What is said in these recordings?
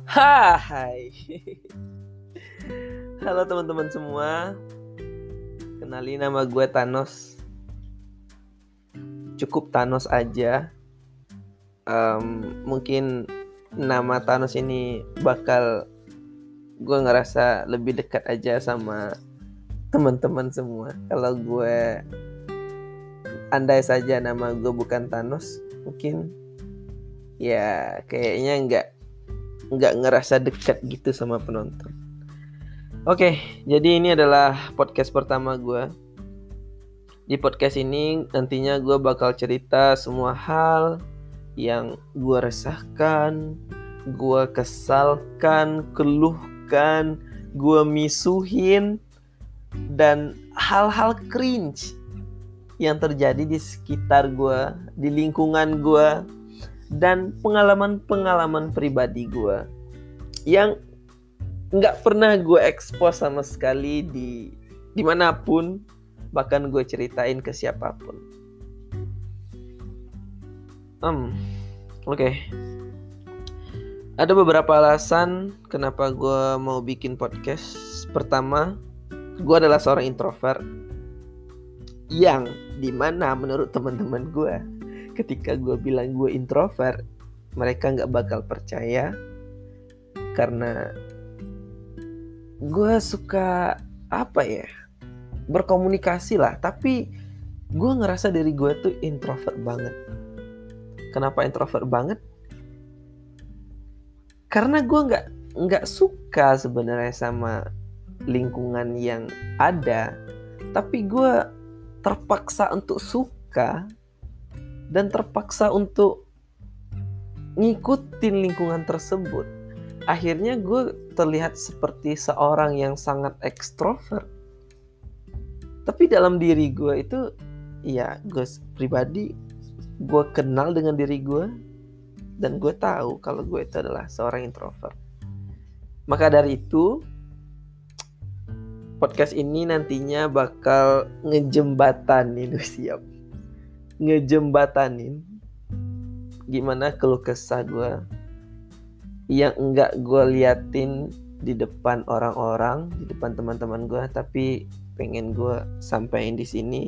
Hai. Halo teman-teman semua. Kenalin, nama gue Thanos. Cukup Thanos aja. Mungkin nama Thanos ini bakal gue ngerasa lebih dekat aja sama teman-teman semua. Kalau gue andai saja nama gue bukan Thanos, mungkin ya kayaknya nggak ngerasa dekat gitu sama penonton. Oke, jadi ini adalah podcast pertama gue. Di podcast ini nantinya gue bakal cerita semua hal yang gue resahkan, gue kesalkan, keluhkan, gue misuhin, dan hal-hal cringe yang terjadi di sekitar gue, di lingkungan gue, dan pengalaman-pengalaman pribadi gue yang nggak pernah gue expose sama sekali dimanapun, bahkan gue ceritain ke siapapun. Oke. Ada beberapa alasan kenapa gue mau bikin podcast. Pertama, gue adalah seorang introvert yang dimana menurut teman-teman gue, ketika gue bilang gue introvert, mereka nggak bakal percaya karena gue suka berkomunikasi lah, tapi gue ngerasa diri gue tuh introvert banget. Kenapa introvert banget? Karena gue nggak suka sebenarnya sama lingkungan yang ada, tapi gue terpaksa untuk suka dan terpaksa untuk ngikutin lingkungan tersebut. Akhirnya gue terlihat seperti seorang yang sangat ekstrovert. Tapi dalam diri gue itu, ya gue pribadi, gue kenal dengan diri gue, dan gue tahu kalau gue itu adalah seorang introvert. Maka dari itu, podcast ini nantinya bakal ngejembatanin gimana keluh kesah gue yang enggak gue liatin di depan orang-orang, di depan teman-teman gue, tapi pengen gue sampaikan di sini.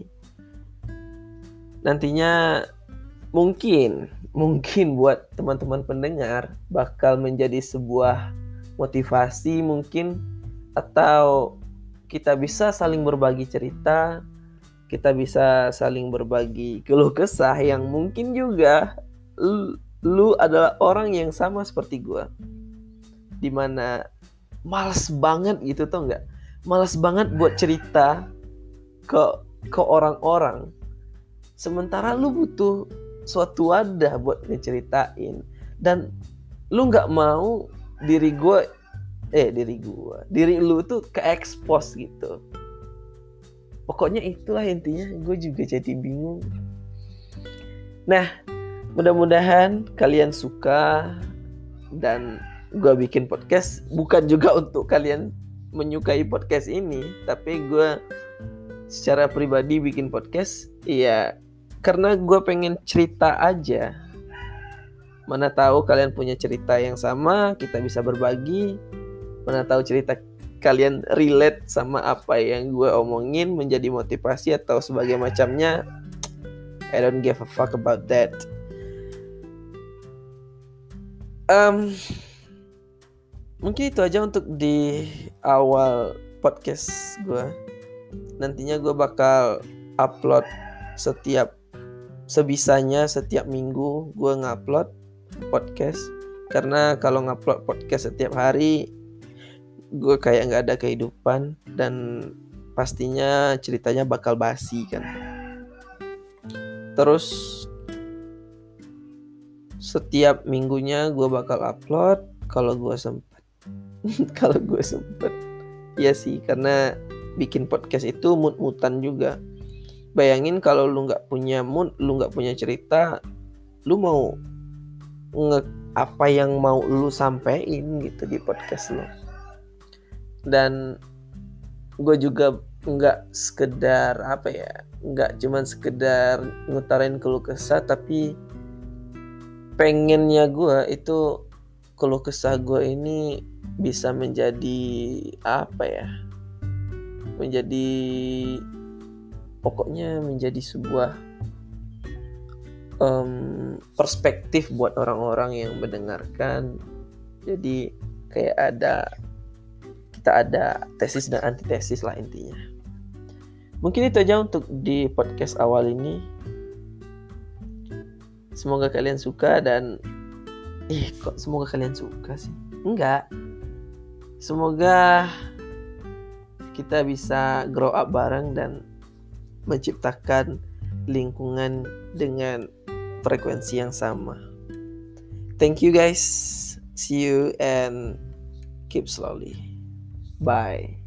Nantinya mungkin buat teman-teman pendengar bakal menjadi sebuah motivasi mungkin, atau kita bisa saling berbagi cerita, kita bisa saling berbagi keluh kesah yang mungkin juga lu adalah orang yang sama seperti gue, dimana malas banget gitu, tau nggak? Malas banget buat cerita ke orang-orang, sementara lu butuh suatu wadah buat ngeceritain, dan lu nggak mau diri lu tuh ke-expose gitu. Pokoknya itulah intinya, gue juga jadi bingung. Nah, mudah-mudahan kalian suka, dan gue bikin podcast bukan juga untuk kalian menyukai podcast ini, tapi gue secara pribadi bikin podcast ya karena gue pengen cerita aja. Mana tahu kalian punya cerita yang sama, kita bisa berbagi. Mana tahu cerita kalian relate sama apa yang gue omongin, menjadi motivasi atau sebagai macamnya. I don't give a fuck about that. Mungkin itu aja untuk di awal podcast gue. Nantinya gue bakal upload sebisanya setiap minggu gue ngupload podcast. Karena kalau ngupload podcast setiap hari, gue kayak gak ada kehidupan, dan pastinya ceritanya bakal basi kan. Terus setiap minggunya gue bakal upload kalau gue sempet. Ya sih, karena bikin podcast itu mood-moodan juga. Bayangin kalau lu nggak punya mood, lu nggak punya cerita, lu mau apa yang mau lu sampein gitu di podcast lu. Dan gue juga nggak cuman sekedar ngutarin keluh kesah, tapi pengennya gue itu keluh kesah gue ini bisa menjadi apa ya? Menjadi pokoknya menjadi sebuah perspektif buat orang-orang yang mendengarkan. Jadi kayak kita ada tesis dan antitesis lah intinya. Mungkin itu aja untuk di podcast awal ini. Semoga kalian suka dan kok semoga kalian suka sih? Enggak. Semoga kita bisa grow up bareng dan menciptakan lingkungan dengan frekuensi yang sama. Thank you guys. See you and keep slowly. Bye.